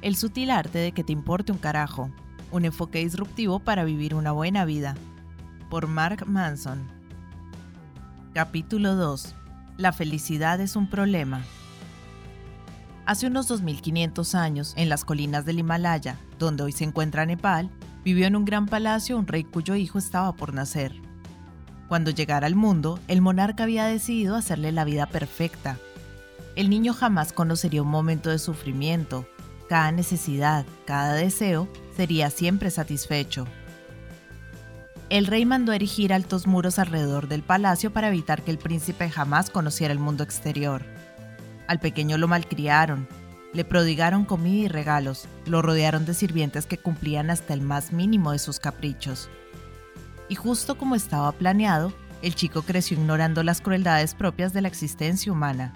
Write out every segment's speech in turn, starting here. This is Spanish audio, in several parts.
El sutil arte de que te importe un carajo. Un enfoque disruptivo para vivir una buena vida. Por Mark Manson. Capítulo 2. La felicidad es un problema. Hace unos 2500 años, en las colinas del Himalaya, donde hoy se encuentra Nepal, vivió en un gran palacio un rey cuyo hijo estaba por nacer. Cuando llegara al mundo, el monarca había decidido hacerle la vida perfecta. El niño jamás conocería un momento de sufrimiento. Cada necesidad, cada deseo, sería siempre satisfecho. El rey mandó erigir altos muros alrededor del palacio para evitar que el príncipe jamás conociera el mundo exterior. Al pequeño lo malcriaron, le prodigaron comida y regalos, lo rodearon de sirvientes que cumplían hasta el más mínimo de sus caprichos. Y justo como estaba planeado, el chico creció ignorando las crueldades propias de la existencia humana.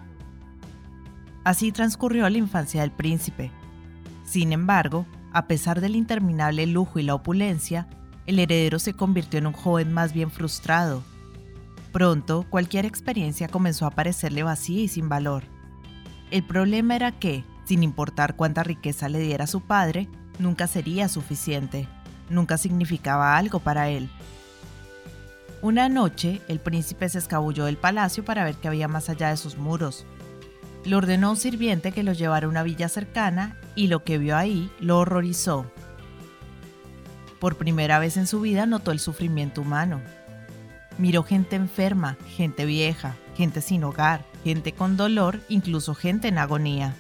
Así transcurrió la infancia del príncipe. Sin embargo, a pesar del interminable lujo y la opulencia, el heredero se convirtió en un joven más bien frustrado. Pronto, cualquier experiencia comenzó a parecerle vacía y sin valor. El problema era que, sin importar cuánta riqueza le diera su padre, nunca sería suficiente, nunca significaba algo para él. Una noche, el príncipe se escabulló del palacio para ver qué había más allá de sus muros. Le ordenó a un sirviente que lo llevara a una villa cercana y lo que vio ahí lo horrorizó. Por primera vez en su vida notó el sufrimiento humano. Miró gente enferma, gente vieja, gente sin hogar, gente con dolor, incluso gente en agonía.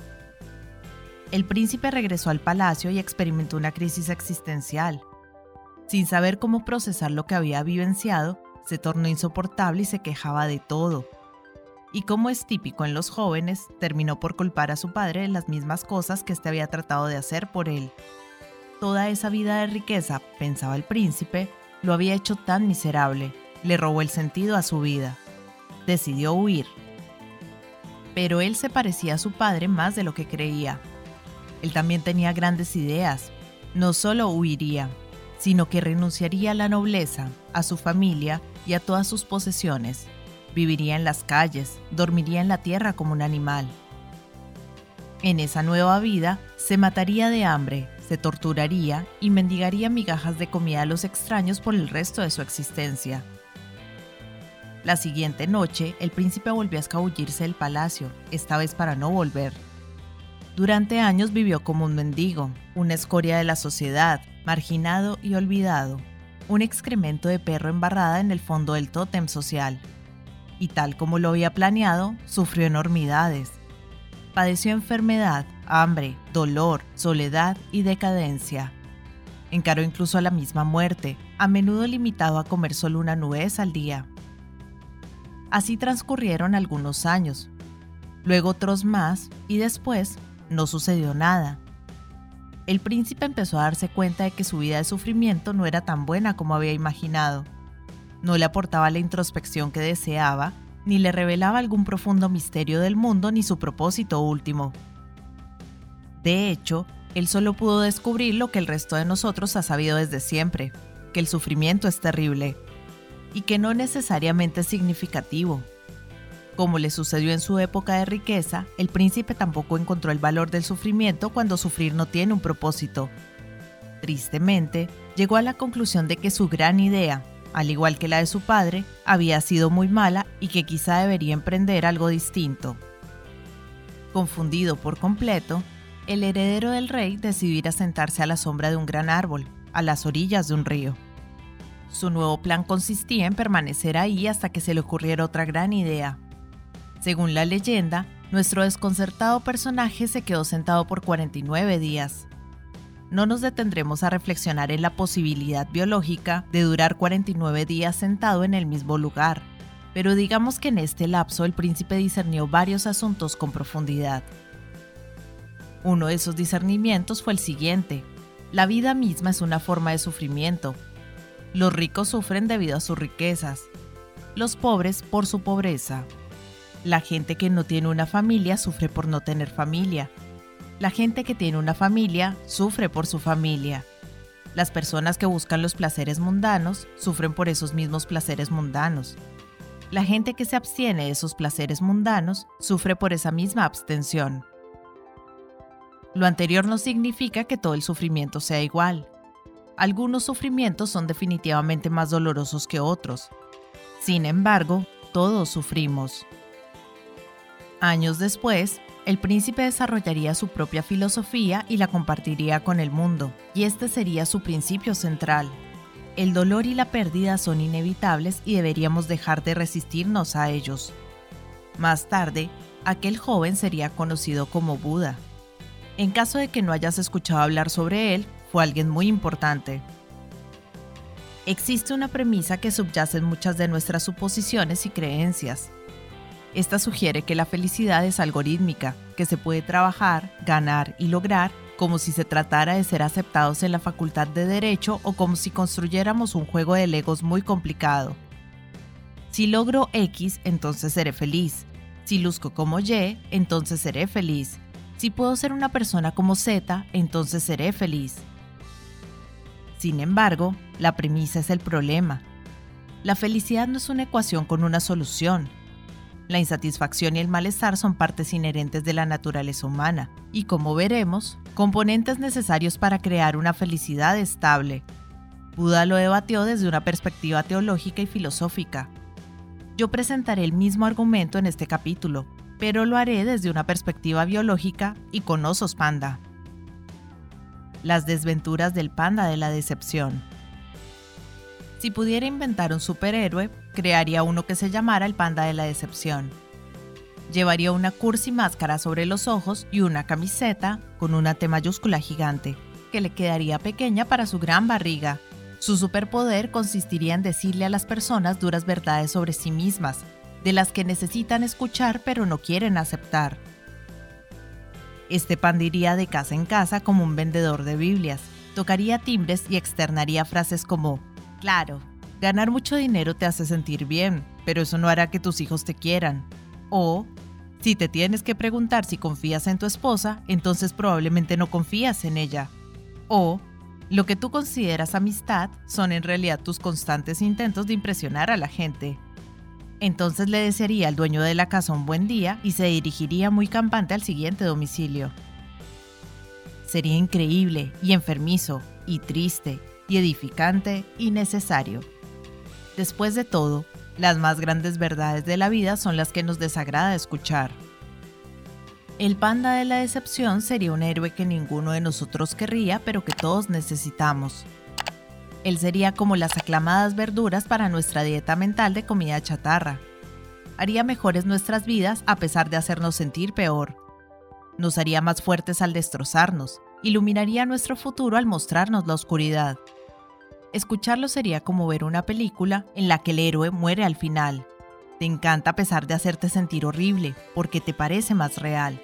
El príncipe regresó al palacio y experimentó una crisis existencial. Sin saber cómo procesar lo que había vivenciado, se tornó insoportable y se quejaba de todo. Y como es típico en los jóvenes, terminó por culpar a su padre de las mismas cosas que éste había tratado de hacer por él. Toda esa vida de riqueza, pensaba el príncipe, lo había hecho tan miserable, le robó el sentido a su vida. Decidió huir. Pero él se parecía a su padre más de lo que creía. Él también tenía grandes ideas. No solo huiría, sino que renunciaría a la nobleza, a su familia y a todas sus posesiones. Viviría en las calles, dormiría en la tierra como un animal. En esa nueva vida, se mataría de hambre, se torturaría y mendigaría migajas de comida a los extraños por el resto de su existencia. La siguiente noche, el príncipe volvió a escabullirse del palacio, esta vez para no volver. Durante años vivió como un mendigo, una escoria de la sociedad, marginado y olvidado, un excremento de perro embarrada en el fondo del tótem social. Y tal como lo había planeado, sufrió enormidades. Padeció enfermedad, hambre, dolor, soledad y decadencia. Encaró incluso a la misma muerte, a menudo limitado a comer solo una nuez al día. Así transcurrieron algunos años, luego otros más y después no sucedió nada. El príncipe empezó a darse cuenta de que su vida de sufrimiento no era tan buena como había imaginado. No le aportaba la introspección que deseaba, ni le revelaba algún profundo misterio del mundo ni su propósito último. De hecho, él solo pudo descubrir lo que el resto de nosotros ha sabido desde siempre, que el sufrimiento es terrible, y que no necesariamente es significativo. Como le sucedió en su época de riqueza, el príncipe tampoco encontró el valor del sufrimiento cuando sufrir no tiene un propósito. Tristemente, llegó a la conclusión de que su gran idea, al igual que la de su padre, había sido muy mala y que quizá debería emprender algo distinto. Confundido por completo, el heredero del rey decidió ir a sentarse a la sombra de un gran árbol, a las orillas de un río. Su nuevo plan consistía en permanecer ahí hasta que se le ocurriera otra gran idea. Según la leyenda, nuestro desconcertado personaje se quedó sentado por 49 días. No nos detendremos a reflexionar en la posibilidad biológica de durar 49 días sentado en el mismo lugar, pero digamos que en este lapso el príncipe discernió varios asuntos con profundidad. Uno de esos discernimientos fue el siguiente: la vida misma es una forma de sufrimiento. Los ricos sufren debido a sus riquezas, los pobres por su pobreza. La gente que no tiene una familia sufre por no tener familia. La gente que tiene una familia sufre por su familia. Las personas que buscan los placeres mundanos sufren por esos mismos placeres mundanos. La gente que se abstiene de esos placeres mundanos sufre por esa misma abstención. Lo anterior no significa que todo el sufrimiento sea igual. Algunos sufrimientos son definitivamente más dolorosos que otros. Sin embargo, todos sufrimos. Años después, el príncipe desarrollaría su propia filosofía y la compartiría con el mundo, y este sería su principio central. El dolor y la pérdida son inevitables y deberíamos dejar de resistirnos a ellos. Más tarde, aquel joven sería conocido como Buda. En caso de que no hayas escuchado hablar sobre él, fue alguien muy importante. Existe una premisa que subyace en muchas de nuestras suposiciones y creencias. Esta sugiere que la felicidad es algorítmica, que se puede trabajar, ganar y lograr como si se tratara de ser aceptados en la facultad de Derecho o como si construyéramos un juego de Legos muy complicado. Si logro X, entonces seré feliz. Si luzco como Y, entonces seré feliz. Si puedo ser una persona como Z, entonces seré feliz. Sin embargo, la premisa es el problema. La felicidad no es una ecuación con una solución. La insatisfacción y el malestar son partes inherentes de la naturaleza humana y, como veremos, componentes necesarios para crear una felicidad estable. Buda lo debatió desde una perspectiva teológica y filosófica. Yo presentaré el mismo argumento en este capítulo, pero lo haré desde una perspectiva biológica y con osos panda. Las desventuras del panda de la decepción. Si pudiera inventar un superhéroe, crearía uno que se llamara el panda de la decepción. Llevaría una cursi máscara sobre los ojos y una camiseta con una T mayúscula gigante, que le quedaría pequeña para su gran barriga. Su superpoder consistiría en decirle a las personas duras verdades sobre sí mismas, de las que necesitan escuchar pero no quieren aceptar. Este panda iría de casa en casa como un vendedor de Biblias, tocaría timbres y externaría frases como: claro, ganar mucho dinero te hace sentir bien, pero eso no hará que tus hijos te quieran. O, si te tienes que preguntar si confías en tu esposa, entonces probablemente no confías en ella. O, lo que tú consideras amistad son en realidad tus constantes intentos de impresionar a la gente. Entonces le desearía al dueño de la casa un buen día y se dirigiría muy campante al siguiente domicilio. Sería increíble y enfermizo y triste y edificante y necesario. Después de todo, las más grandes verdades de la vida son las que nos desagrada escuchar. El panda de la decepción sería un héroe que ninguno de nosotros querría, pero que todos necesitamos. Él sería como las aclamadas verduras para nuestra dieta mental de comida chatarra. Haría mejores nuestras vidas a pesar de hacernos sentir peor. Nos haría más fuertes al destrozarnos. Iluminaría nuestro futuro al mostrarnos la oscuridad. Escucharlo sería como ver una película en la que el héroe muere al final. Te encanta a pesar de hacerte sentir horrible, porque te parece más real.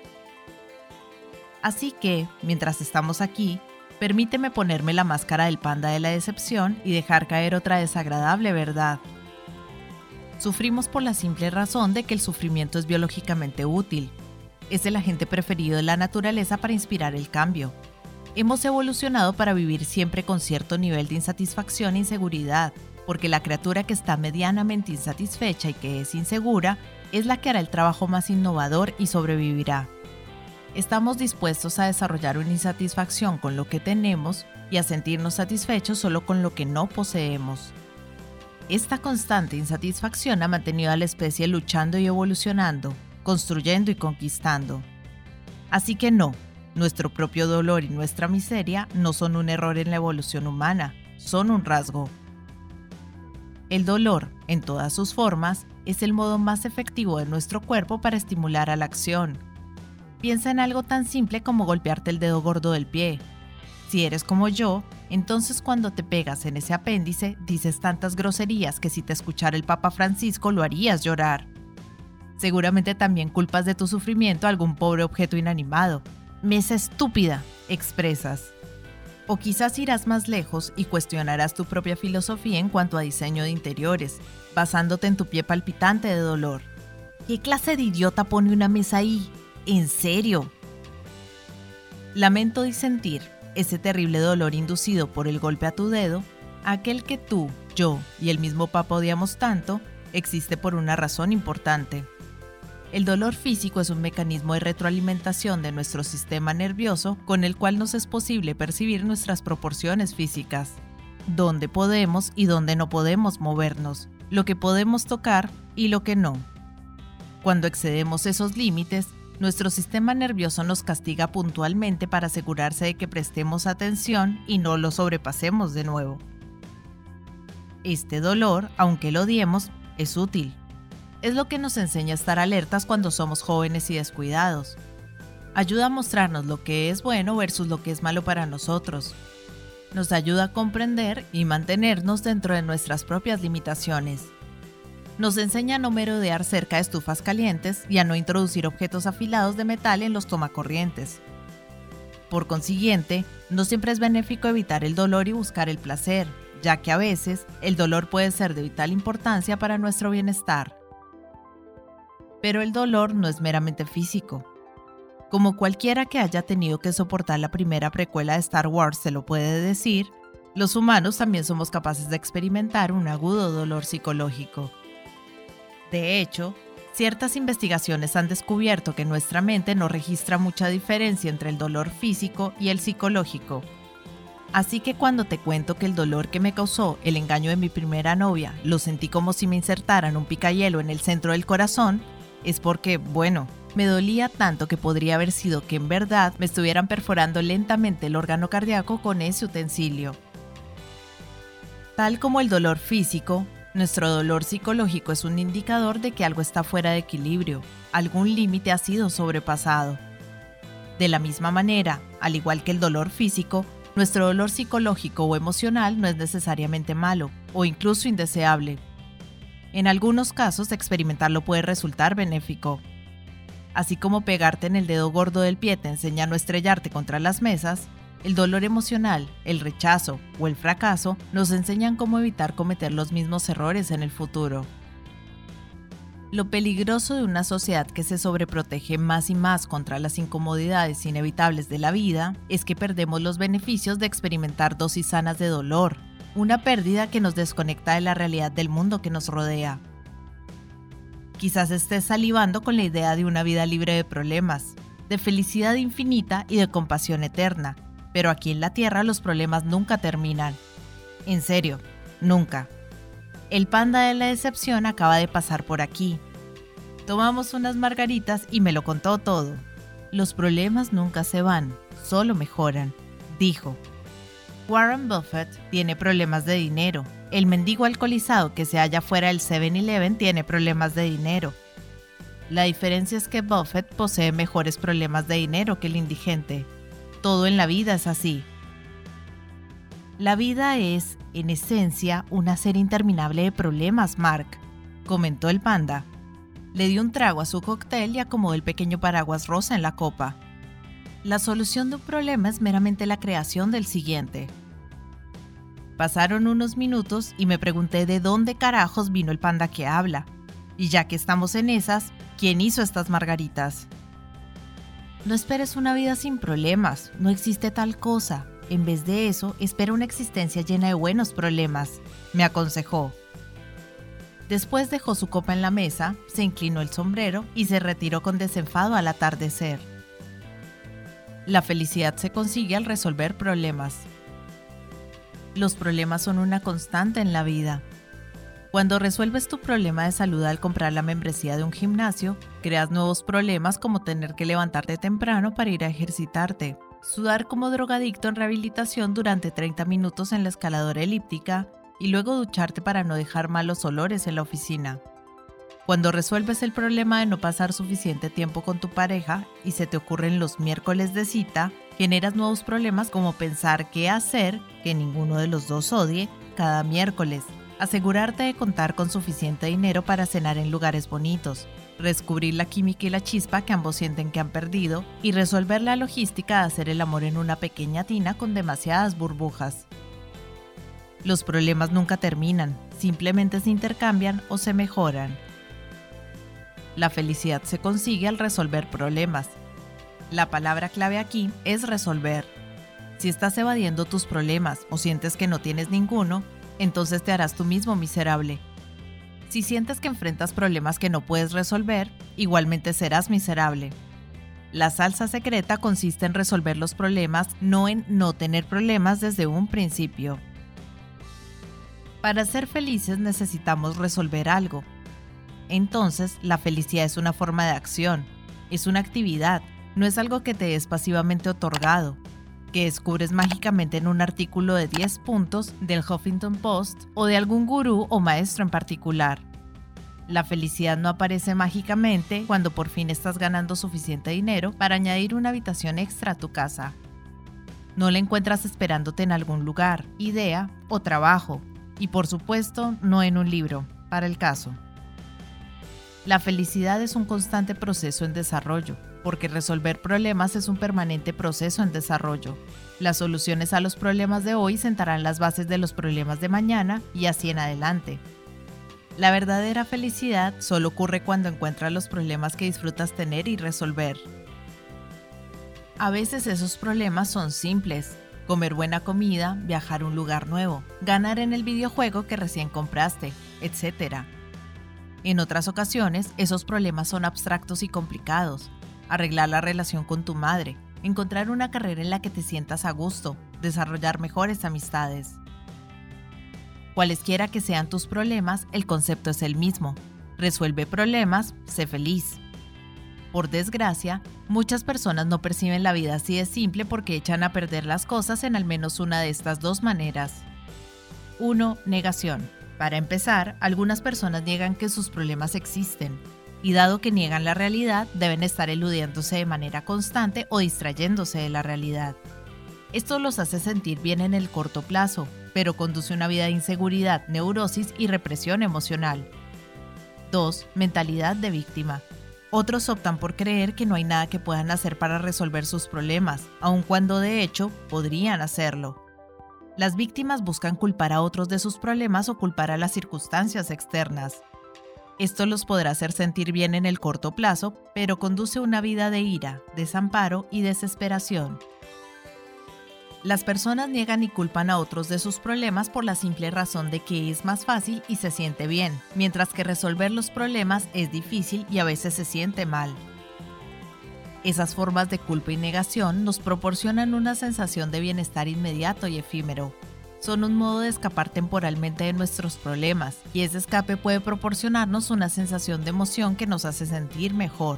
Así que, mientras estamos aquí, permíteme ponerme la máscara del panda de la decepción y dejar caer otra desagradable verdad. Sufrimos por la simple razón de que el sufrimiento es biológicamente útil. Es el agente preferido de la naturaleza para inspirar el cambio. Hemos evolucionado para vivir siempre con cierto nivel de insatisfacción e inseguridad, porque la criatura que está medianamente insatisfecha y que es insegura es la que hará el trabajo más innovador y sobrevivirá. Estamos dispuestos a desarrollar una insatisfacción con lo que tenemos y a sentirnos satisfechos solo con lo que no poseemos. Esta constante insatisfacción ha mantenido a la especie luchando y evolucionando, construyendo y conquistando. Así que no, nuestro propio dolor y nuestra miseria no son un error en la evolución humana, son un rasgo. El dolor, en todas sus formas, es el modo más efectivo de nuestro cuerpo para estimular a la acción. Piensa en algo tan simple como golpearte el dedo gordo del pie. Si eres como yo, entonces cuando te pegas en ese apéndice, dices tantas groserías que si te escuchara el Papa Francisco lo harías llorar. Seguramente también culpas de tu sufrimiento a algún pobre objeto inanimado. «Mesa estúpida», expresas. O quizás irás más lejos y cuestionarás tu propia filosofía en cuanto a diseño de interiores, basándote en tu pie palpitante de dolor. ¿Qué clase de idiota pone una mesa ahí? ¿En serio? Lamento disentir, ese terrible dolor inducido por el golpe a tu dedo, aquel que tú, yo y el mismo Papa odiamos tanto, existe por una razón importante. El dolor físico es un mecanismo de retroalimentación de nuestro sistema nervioso con el cual nos es posible percibir nuestras proporciones físicas, dónde podemos y dónde no podemos movernos, lo que podemos tocar y lo que no. Cuando excedemos esos límites, nuestro sistema nervioso nos castiga puntualmente para asegurarse de que prestemos atención y no lo sobrepasemos de nuevo. Este dolor, aunque lo odiemos, es útil. Es lo que nos enseña a estar alertas cuando somos jóvenes y descuidados. Ayuda a mostrarnos lo que es bueno versus lo que es malo para nosotros. Nos ayuda a comprender y mantenernos dentro de nuestras propias limitaciones. Nos enseña a no merodear cerca de estufas calientes y a no introducir objetos afilados de metal en los tomacorrientes. Por consiguiente, no siempre es benéfico evitar el dolor y buscar el placer, ya que a veces el dolor puede ser de vital importancia para nuestro bienestar. Pero el dolor no es meramente físico. Como cualquiera que haya tenido que soportar la primera precuela de Star Wars se lo puede decir, los humanos también somos capaces de experimentar un agudo dolor psicológico. De hecho, ciertas investigaciones han descubierto que nuestra mente no registra mucha diferencia entre el dolor físico y el psicológico. Así que cuando te cuento que el dolor que me causó el engaño de mi primera novia lo sentí como si me insertaran un picayelo en el centro del corazón, es porque, bueno, me dolía tanto que podría haber sido que en verdad me estuvieran perforando lentamente el órgano cardíaco con ese utensilio. Tal como el dolor físico, nuestro dolor psicológico es un indicador de que algo está fuera de equilibrio, algún límite ha sido sobrepasado. De la misma manera, al igual que el dolor físico, nuestro dolor psicológico o emocional no es necesariamente malo o incluso indeseable. En algunos casos, experimentarlo puede resultar benéfico. Así como pegarte en el dedo gordo del pie te enseña a no estrellarte contra las mesas, el dolor emocional, el rechazo o el fracaso nos enseñan cómo evitar cometer los mismos errores en el futuro. Lo peligroso de una sociedad que se sobreprotege más y más contra las incomodidades inevitables de la vida es que perdemos los beneficios de experimentar dosis sanas de dolor, una pérdida que nos desconecta de la realidad del mundo que nos rodea. Quizás estés salivando con la idea de una vida libre de problemas, de felicidad infinita y de compasión eterna, pero aquí en la Tierra los problemas nunca terminan. En serio, nunca. El panda de la decepción acaba de pasar por aquí. Tomamos unas margaritas y me lo contó todo. Los problemas nunca se van, solo mejoran, dijo. Warren Buffett tiene problemas de dinero. El mendigo alcoholizado que se halla fuera del 7-Eleven tiene problemas de dinero. La diferencia es que Buffett posee mejores problemas de dinero que el indigente. Todo en la vida es así. La vida es, en esencia, una serie interminable de problemas, Mark, comentó el panda. Le dio un trago a su cóctel y acomodó el pequeño paraguas rosa en la copa. La solución de un problema es meramente la creación del siguiente. Pasaron unos minutos y me pregunté de dónde carajos vino el panda que habla. Y ya que estamos en esas, ¿quién hizo estas margaritas? No esperes una vida sin problemas, no existe tal cosa. En vez de eso, espera una existencia llena de buenos problemas, me aconsejó. Después dejó su copa en la mesa, se inclinó el sombrero y se retiró con desenfado al atardecer. La felicidad se consigue al resolver problemas. Los problemas son una constante en la vida. Cuando resuelves tu problema de salud al comprar la membresía de un gimnasio, creas nuevos problemas como tener que levantarte temprano para ir a ejercitarte, sudar como drogadicto en rehabilitación durante 30 minutos en la escaladora elíptica y luego ducharte para no dejar malos olores en la oficina. Cuando resuelves el problema de no pasar suficiente tiempo con tu pareja y se te ocurren los miércoles de cita, generas nuevos problemas como pensar qué hacer, que ninguno de los dos odie, cada miércoles, asegurarte de contar con suficiente dinero para cenar en lugares bonitos, descubrir la química y la chispa que ambos sienten que han perdido y resolver la logística de hacer el amor en una pequeña tina con demasiadas burbujas. Los problemas nunca terminan, simplemente se intercambian o se mejoran. La felicidad se consigue al resolver problemas. La palabra clave aquí es resolver. Si estás evadiendo tus problemas o sientes que no tienes ninguno, entonces te harás tú mismo miserable. Si sientes que enfrentas problemas que no puedes resolver, igualmente serás miserable. La salsa secreta consiste en resolver los problemas, no en no tener problemas desde un principio. Para ser felices necesitamos resolver algo. Entonces, la felicidad es una forma de acción, es una actividad, no es algo que te es pasivamente otorgado, que descubres mágicamente en un artículo de 10 puntos del Huffington Post o de algún gurú o maestro en particular. La felicidad no aparece mágicamente cuando por fin estás ganando suficiente dinero para añadir una habitación extra a tu casa. No la encuentras esperándote en algún lugar, idea o trabajo, y por supuesto no en un libro, para el caso. La felicidad es un constante proceso en desarrollo, porque resolver problemas es un permanente proceso en desarrollo. Las soluciones a los problemas de hoy sentarán las bases de los problemas de mañana y así en adelante. La verdadera felicidad solo ocurre cuando encuentras los problemas que disfrutas tener y resolver. A veces esos problemas son simples: comer buena comida, viajar a un lugar nuevo, ganar en el videojuego que recién compraste, etc. En otras ocasiones, esos problemas son abstractos y complicados: arreglar la relación con tu madre, encontrar una carrera en la que te sientas a gusto, desarrollar mejores amistades. Cualesquiera que sean tus problemas, el concepto es el mismo: resuelve problemas, sé feliz. Por desgracia, muchas personas no perciben la vida así de simple porque echan a perder las cosas en al menos una de estas dos maneras. 1. Negación. Para empezar, algunas personas niegan que sus problemas existen, y dado que niegan la realidad, deben estar eludiéndose de manera constante o distrayéndose de la realidad. Esto los hace sentir bien en el corto plazo, pero conduce a una vida de inseguridad, neurosis y represión emocional. 2. Mentalidad de víctima. Otros optan por creer que no hay nada que puedan hacer para resolver sus problemas, aun cuando de hecho podrían hacerlo. Las víctimas buscan culpar a otros de sus problemas o culpar a las circunstancias externas. Esto los podrá hacer sentir bien en el corto plazo, pero conduce a una vida de ira, desamparo y desesperación. Las personas niegan y culpan a otros de sus problemas por la simple razón de que es más fácil y se siente bien, mientras que resolver los problemas es difícil y a veces se siente mal. Esas formas de culpa y negación nos proporcionan una sensación de bienestar inmediato y efímero. Son un modo de escapar temporalmente de nuestros problemas, y ese escape puede proporcionarnos una sensación de emoción que nos hace sentir mejor.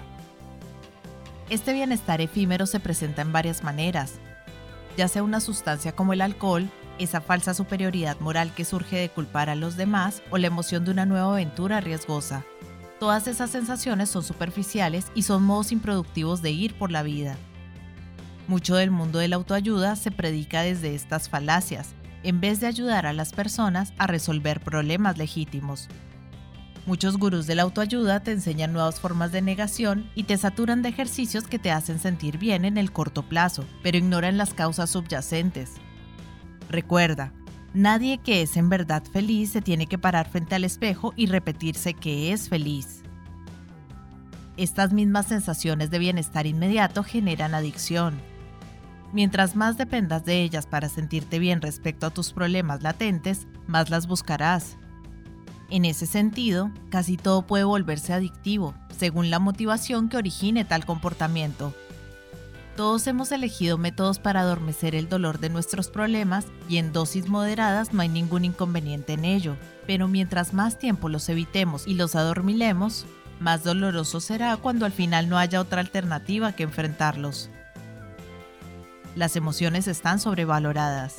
Este bienestar efímero se presenta en varias maneras, ya sea una sustancia como el alcohol, esa falsa superioridad moral que surge de culpar a los demás, o la emoción de una nueva aventura riesgosa. Todas esas sensaciones son superficiales y son modos improductivos de ir por la vida. Mucho del mundo de la autoayuda se predica desde estas falacias, en vez de ayudar a las personas a resolver problemas legítimos. Muchos gurús de la autoayuda te enseñan nuevas formas de negación y te saturan de ejercicios que te hacen sentir bien en el corto plazo, pero ignoran las causas subyacentes. Recuerda, nadie que es en verdad feliz se tiene que parar frente al espejo y repetirse que es feliz. Estas mismas sensaciones de bienestar inmediato generan adicción. Mientras más dependas de ellas para sentirte bien respecto a tus problemas latentes, más las buscarás. En ese sentido, casi todo puede volverse adictivo, según la motivación que origine tal comportamiento. Todos hemos elegido métodos para adormecer el dolor de nuestros problemas y en dosis moderadas no hay ningún inconveniente en ello, pero mientras más tiempo los evitemos y los adormilemos, más doloroso será cuando al final no haya otra alternativa que enfrentarlos. Las emociones están sobrevaloradas.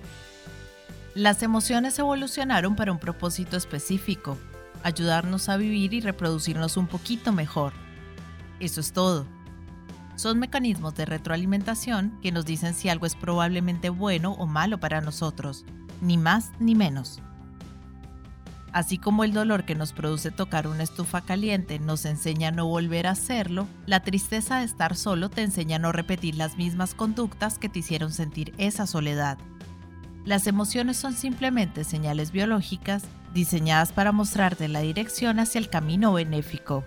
Las emociones evolucionaron para un propósito específico: ayudarnos a vivir y reproducirnos un poquito mejor. Eso es todo. Son mecanismos de retroalimentación que nos dicen si algo es probablemente bueno o malo para nosotros, ni más ni menos. Así como el dolor que nos produce tocar una estufa caliente nos enseña a no volver a hacerlo, la tristeza de estar solo te enseña a no repetir las mismas conductas que te hicieron sentir esa soledad. Las emociones son simplemente señales biológicas diseñadas para mostrarte la dirección hacia el camino benéfico.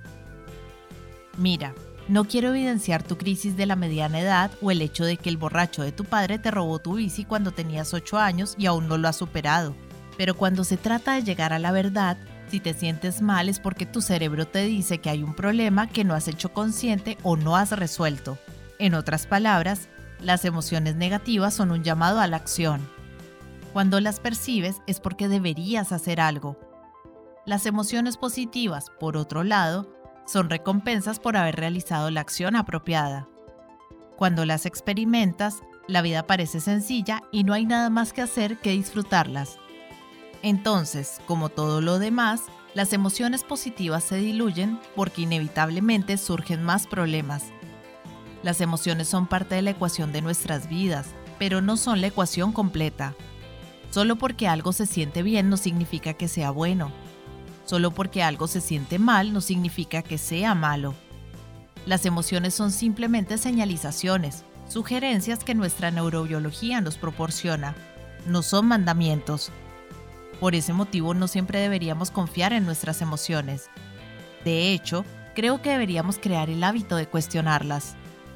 Mira, no quiero evidenciar tu crisis de la mediana edad o el hecho de que el borracho de tu padre te robó tu bici cuando tenías 8 años y aún no lo has superado. Pero cuando se trata de llegar a la verdad, Si te sientes mal es porque tu cerebro te dice que hay un problema que no has hecho consciente o no has resuelto. En otras palabras, las emociones negativas son un llamado a la acción. Cuando las percibes es porque deberías hacer algo. Las emociones positivas, por otro lado, son recompensas por haber realizado la acción apropiada. Cuando las experimentas, la vida parece sencilla y no hay nada más que hacer que disfrutarlas. Entonces, como todo lo demás, las emociones positivas se diluyen porque inevitablemente surgen más problemas. Las emociones son parte de la ecuación de nuestras vidas, pero no son la ecuación completa. Solo porque algo se siente bien no significa que sea bueno. Solo porque algo se siente mal no significa que sea malo. Las emociones son simplemente señalizaciones, sugerencias que nuestra neurobiología nos proporciona. No son mandamientos. Por ese motivo no siempre deberíamos confiar en nuestras emociones. De hecho, creo que deberíamos crear el hábito de cuestionarlas.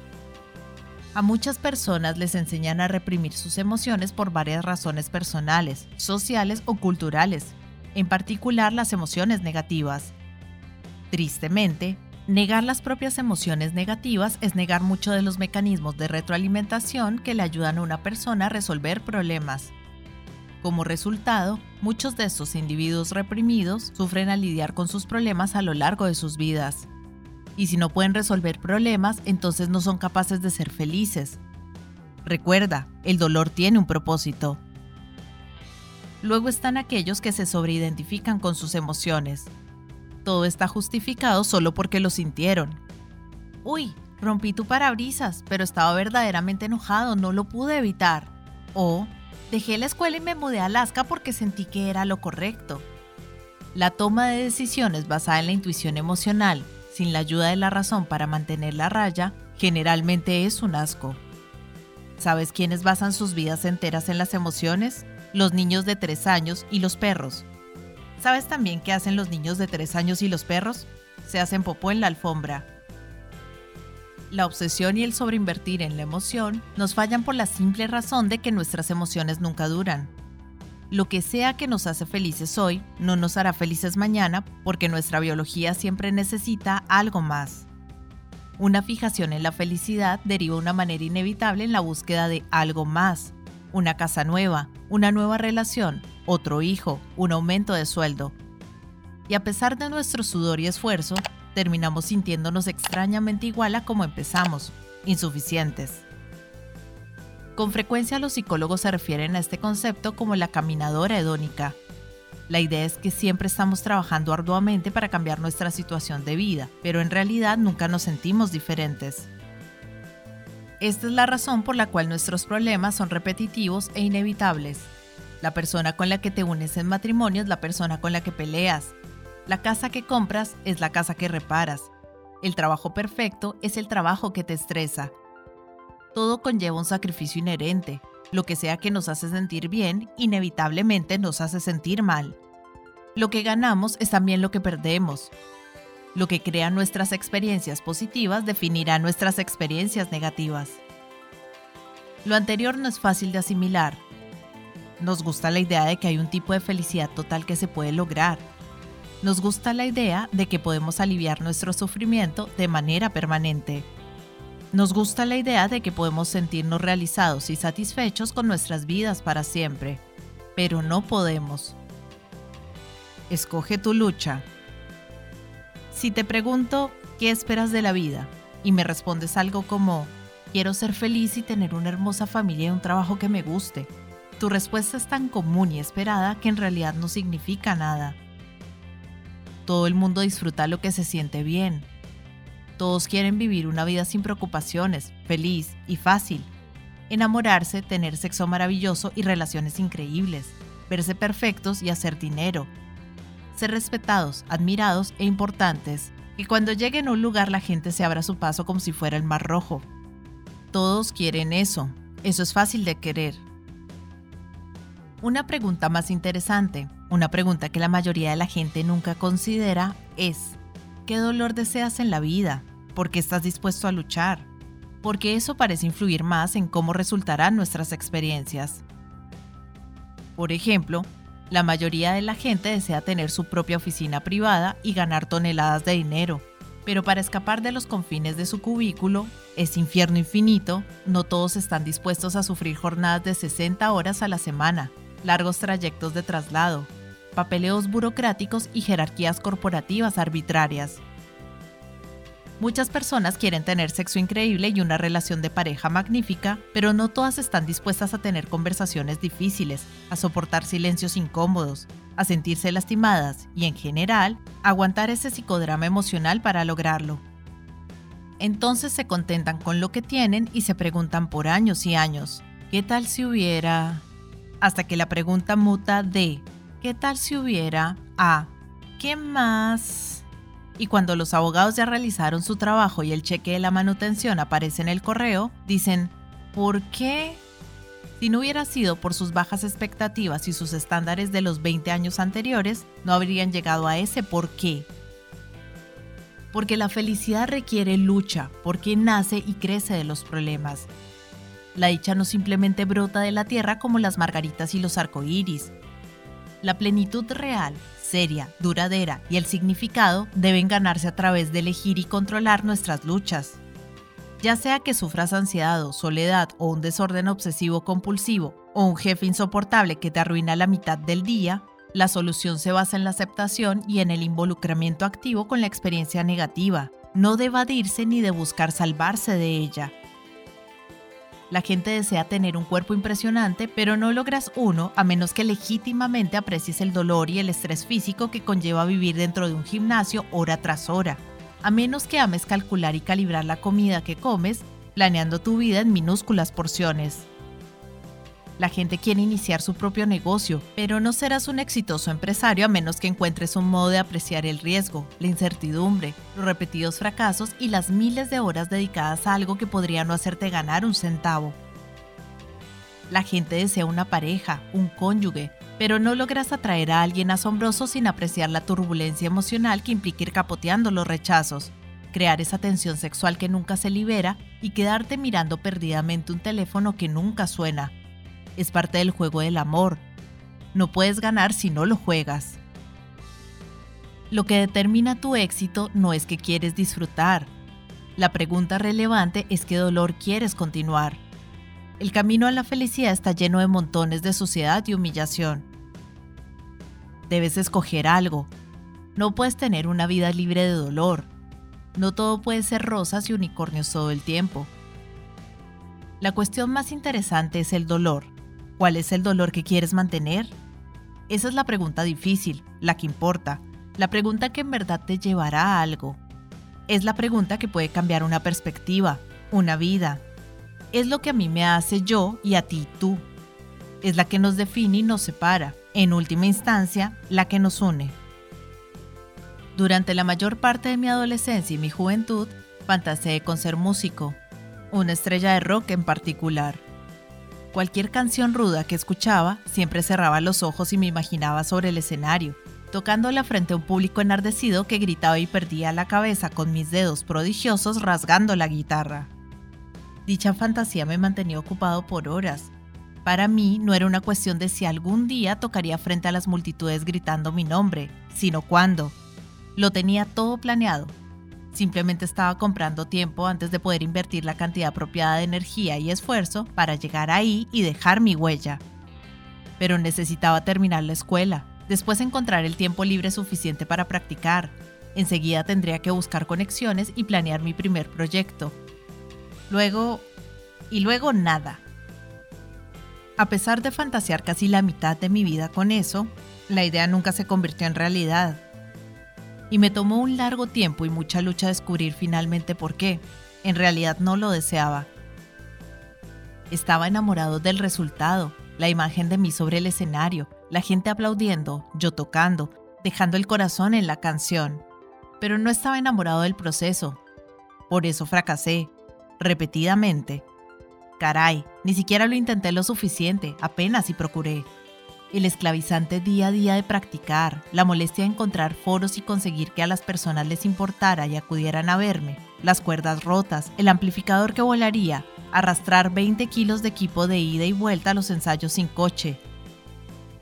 A muchas personas les enseñan a reprimir sus emociones por varias razones personales, sociales o culturales, en particular las emociones negativas. Tristemente, negar las propias emociones negativas es negar muchos de los mecanismos de retroalimentación que le ayudan a una persona a resolver problemas. Como resultado, muchos de estos individuos reprimidos sufren al lidiar con sus problemas a lo largo de sus vidas. Y si no pueden resolver problemas, entonces no son capaces de ser felices. Recuerda, el dolor tiene un propósito. Luego están aquellos que se sobreidentifican con sus emociones. Todo está justificado solo porque lo sintieron. Uy, rompí tu parabrisas, pero estaba verdaderamente enojado, no lo pude evitar. O dejé la escuela y me mudé a Alaska porque sentí que era lo correcto. La toma de decisiones basada en la intuición emocional, sin la ayuda de la razón para mantener la raya, generalmente es un asco. ¿Sabes quiénes basan sus vidas enteras en las emociones? Los niños de 3 años y los perros. ¿Sabes también qué hacen los niños de 3 años y los perros? Se hacen popó en la alfombra. La obsesión y el sobreinvertir en la emoción nos fallan por la simple razón de que nuestras emociones nunca duran. Lo que sea que nos hace felices hoy, no nos hará felices mañana porque nuestra biología siempre necesita algo más. Una fijación en la felicidad deriva de una manera inevitable en la búsqueda de algo más. Una casa nueva, una nueva relación, otro hijo, un aumento de sueldo. Y a pesar de nuestro sudor y esfuerzo, terminamos sintiéndonos extrañamente igual a como empezamos, insuficientes. Con frecuencia los psicólogos se refieren a este concepto como la caminadora hedónica. La idea es que siempre estamos trabajando arduamente para cambiar nuestra situación de vida, pero en realidad nunca nos sentimos diferentes. Esta es la razón por la cual nuestros problemas son repetitivos e inevitables. La persona con la que te unes en matrimonio es la persona con la que peleas. La casa que compras es la casa que reparas. El trabajo perfecto es el trabajo que te estresa. Todo conlleva un sacrificio inherente. Lo que sea que nos hace sentir bien, inevitablemente nos hace sentir mal. Lo que ganamos es también lo que perdemos. Lo que crea nuestras experiencias positivas definirá nuestras experiencias negativas. Lo anterior no es fácil de asimilar. Nos gusta la idea de que hay un tipo de felicidad total que se puede lograr. Nos gusta la idea de que podemos aliviar nuestro sufrimiento de manera permanente. Nos gusta la idea de que podemos sentirnos realizados y satisfechos con nuestras vidas para siempre, pero no podemos. Escoge tu lucha. Si te pregunto, ¿qué esperas de la vida? Y me respondes algo como, quiero ser feliz y tener una hermosa familia y un trabajo que me guste. Tu respuesta es tan común y esperada que en realidad no significa nada. Todo el mundo disfruta lo que se siente bien. Todos quieren vivir una vida sin preocupaciones, feliz y fácil. Enamorarse, tener sexo maravilloso y relaciones increíbles. Verse perfectos y hacer dinero. Ser respetados, admirados e importantes. Y cuando lleguen a un lugar la gente se abra su paso como si fuera el Mar Rojo. Todos quieren eso. Eso es fácil de querer. Una pregunta más interesante, una pregunta que la mayoría de la gente nunca considera es: ¿qué dolor deseas en la vida? ¿Por qué estás dispuesto a luchar? Porque eso parece influir más en cómo resultarán nuestras experiencias. Por ejemplo, La mayoría de la gente desea tener su propia oficina privada y ganar toneladas de dinero, pero para escapar de los confines de su cubículo, ese infierno infinito, no todos están dispuestos a sufrir jornadas de 60 horas a la semana, largos trayectos de traslado, papeleos burocráticos y jerarquías corporativas arbitrarias. Muchas personas quieren tener sexo increíble y una relación de pareja magnífica, pero no todas están dispuestas a tener conversaciones difíciles, a soportar silencios incómodos, a sentirse lastimadas y, en general, aguantar ese psicodrama emocional para lograrlo. Entonces se contentan con lo que tienen y se preguntan por años y años, ¿qué tal si hubiera? Hasta que la pregunta muta de ¿qué tal si hubiera? A ¿qué más? Y cuando los abogados ya realizaron su trabajo y el cheque de la manutención aparece en el correo, dicen ¿por qué? Si no hubiera sido por sus bajas expectativas y sus estándares de los 20 años anteriores, no habrían llegado a ese por qué. Porque la felicidad requiere lucha, porque nace y crece de los problemas. La dicha no simplemente brota de la tierra como las margaritas y los arcoíris. La plenitud real, seria, duradera y el significado deben ganarse a través de elegir y controlar nuestras luchas. Ya sea que sufras ansiedad o soledad o un desorden obsesivo-compulsivo o un jefe insoportable que te arruina la mitad del día, la solución se basa en la aceptación y en el involucramiento activo con la experiencia negativa, no de evadirse ni de buscar salvarse de ella. La gente desea tener un cuerpo impresionante, pero no logras uno a menos que legítimamente aprecies el dolor y el estrés físico que conlleva vivir dentro de un gimnasio hora tras hora, a menos que ames calcular y calibrar la comida que comes, planeando tu vida en minúsculas porciones. La gente quiere iniciar su propio negocio, pero no serás un exitoso empresario a menos que encuentres un modo de apreciar el riesgo, la incertidumbre, los repetidos fracasos y las miles de horas dedicadas a algo que podría no hacerte ganar un centavo. La gente desea una pareja, un cónyuge, pero no logras atraer a alguien asombroso sin apreciar la turbulencia emocional que implica ir capoteando los rechazos, crear esa tensión sexual que nunca se libera y quedarte mirando perdidamente un teléfono que nunca suena. Es parte del juego del amor. No puedes ganar si no lo juegas. Lo que determina tu éxito no es que quieres disfrutar. La pregunta relevante es qué dolor quieres continuar. El camino a la felicidad está lleno de montones de suciedad y humillación. Debes escoger algo. No puedes tener una vida libre de dolor. No todo puede ser rosas y unicornios todo el tiempo. La cuestión más interesante es el dolor. ¿Cuál es el dolor que quieres mantener? Esa es la pregunta difícil, la que importa, la pregunta que en verdad te llevará a algo. Es la pregunta que puede cambiar una perspectiva, una vida. Es lo que a mí me hace yo y a ti tú. Es la que nos define y nos separa, en última instancia, la que nos une. Durante la mayor parte de mi adolescencia y mi juventud, fantaseé con ser músico, una estrella de rock en particular. Cualquier canción ruda que escuchaba, siempre cerraba los ojos y me imaginaba sobre el escenario, tocándola frente a un público enardecido que gritaba y perdía la cabeza con mis dedos prodigiosos rasgando la guitarra. Dicha fantasía me mantenía ocupado por horas. Para mí no era una cuestión de si algún día tocaría frente a las multitudes gritando mi nombre, sino cuándo. Lo tenía todo planeado. Simplemente estaba comprando tiempo antes de poder invertir la cantidad apropiada de energía y esfuerzo para llegar ahí y dejar mi huella. Pero necesitaba terminar la escuela, después encontrar el tiempo libre suficiente para practicar. Enseguida tendría que buscar conexiones y planear mi primer proyecto. Luego nada. A pesar de fantasear casi la mitad de mi vida con eso, la idea nunca se convirtió en realidad. Y me tomó un largo tiempo y mucha lucha descubrir finalmente por qué. En realidad no lo deseaba. Estaba enamorado del resultado, la imagen de mí sobre el escenario, la gente aplaudiendo, yo tocando, dejando el corazón en la canción. Pero no estaba enamorado del proceso. Por eso fracasé, repetidamente. Caray, ni siquiera lo intenté lo suficiente, apenas si procuré. El esclavizante día a día de practicar, la molestia de encontrar foros y conseguir que a las personas les importara y acudieran a verme, las cuerdas rotas, el amplificador que volaría, arrastrar 20 kilos de equipo de ida y vuelta a los ensayos sin coche.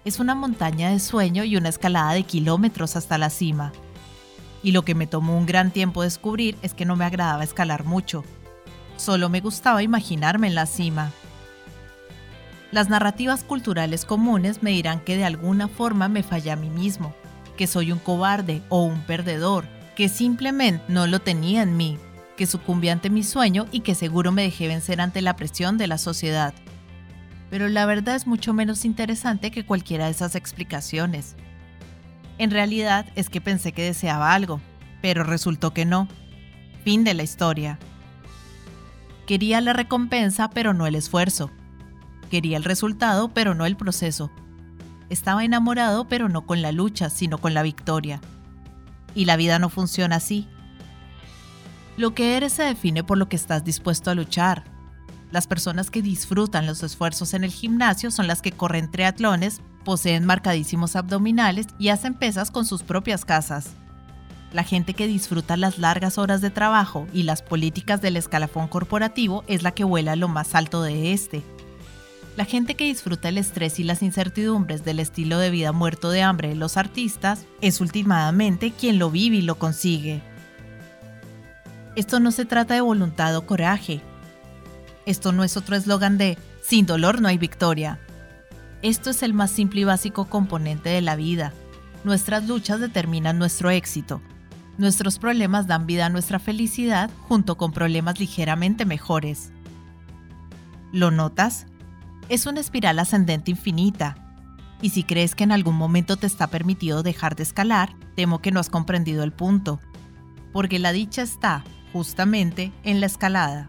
Es una montaña de sueño y una escalada de kilómetros hasta la cima. Y lo que me tomó un gran tiempo descubrir es que no me agradaba escalar mucho. Solo me gustaba imaginarme en la cima. Las narrativas culturales comunes me dirán que de alguna forma me fallé a mí mismo, que soy un cobarde o un perdedor, que simplemente no lo tenía en mí, que sucumbí ante mi sueño y que seguro me dejé vencer ante la presión de la sociedad. Pero la verdad es mucho menos interesante que cualquiera de esas explicaciones. En realidad es que pensé que deseaba algo, pero resultó que no. Fin de la historia. Quería la recompensa, pero no el esfuerzo. Quería el resultado, pero no el proceso. Estaba enamorado, pero no con la lucha, sino con la victoria. Y la vida no funciona así. Lo que eres se define por lo que estás dispuesto a luchar. Las personas que disfrutan los esfuerzos en el gimnasio son las que corren triatlones, poseen marcadísimos abdominales y hacen pesas con sus propias casas. La gente que disfruta las largas horas de trabajo y las políticas del escalafón corporativo es la que vuela a lo más alto de este. La gente que disfruta el estrés y las incertidumbres del estilo de vida muerto de hambre de los artistas es últimamente quien lo vive y lo consigue. Esto no se trata de voluntad o coraje. Esto no es otro eslogan de "sin dolor no hay victoria". Esto es el más simple y básico componente de la vida. Nuestras luchas determinan nuestro éxito. Nuestros problemas dan vida a nuestra felicidad junto con problemas ligeramente mejores. ¿Lo notas? Es una espiral ascendente infinita. Y si crees que en algún momento te está permitido dejar de escalar, temo que no has comprendido el punto. Porque la dicha está, justamente, en la escalada.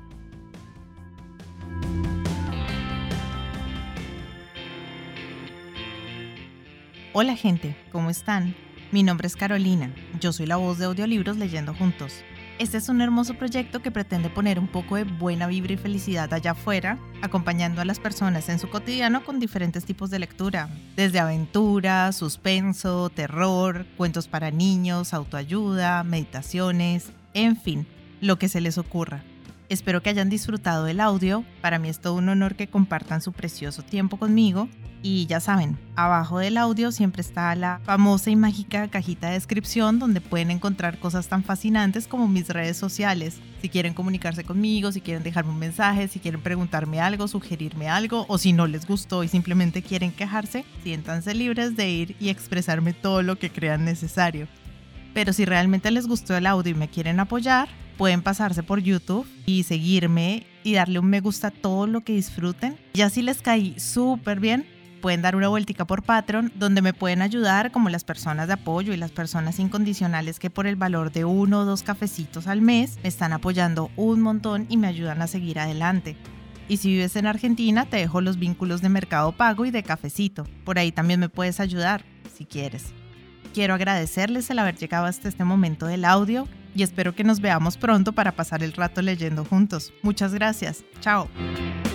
Hola gente, ¿cómo están? Mi nombre es Carolina, yo soy la voz de Audiolibros Leyendo Juntos. Este es un hermoso proyecto que pretende poner un poco de buena vibra y felicidad allá afuera, acompañando a las personas en su cotidiano con diferentes tipos de lectura, desde aventura, suspenso, terror, cuentos para niños, autoayuda, meditaciones, en fin, lo que se les ocurra. Espero que hayan disfrutado del audio, para mí es todo un honor que compartan su precioso tiempo conmigo. Y ya saben, abajo del audio siempre está la famosa y mágica cajita de descripción donde pueden encontrar cosas tan fascinantes como mis redes sociales. Si quieren comunicarse conmigo, si quieren dejarme un mensaje, si quieren preguntarme algo, sugerirme algo o si no les gustó y simplemente quieren quejarse, siéntanse libres de ir y expresarme todo lo que crean necesario. Pero si realmente les gustó el audio y me quieren apoyar, pueden pasarse por YouTube y seguirme y darle un me gusta a todo lo que disfruten. Ya si les caí súper bien, pueden dar una vueltica por Patreon, donde me pueden ayudar como las personas de apoyo y las personas incondicionales que por el valor de 1 o 2 cafecitos al mes me están apoyando un montón y me ayudan a seguir adelante. Y si vives en Argentina, te dejo los vínculos de Mercado Pago y de Cafecito. Por ahí también me puedes ayudar, si quieres. Quiero agradecerles el haber llegado hasta este momento del audio y espero que nos veamos pronto para pasar el rato leyendo juntos. Muchas gracias. Chao.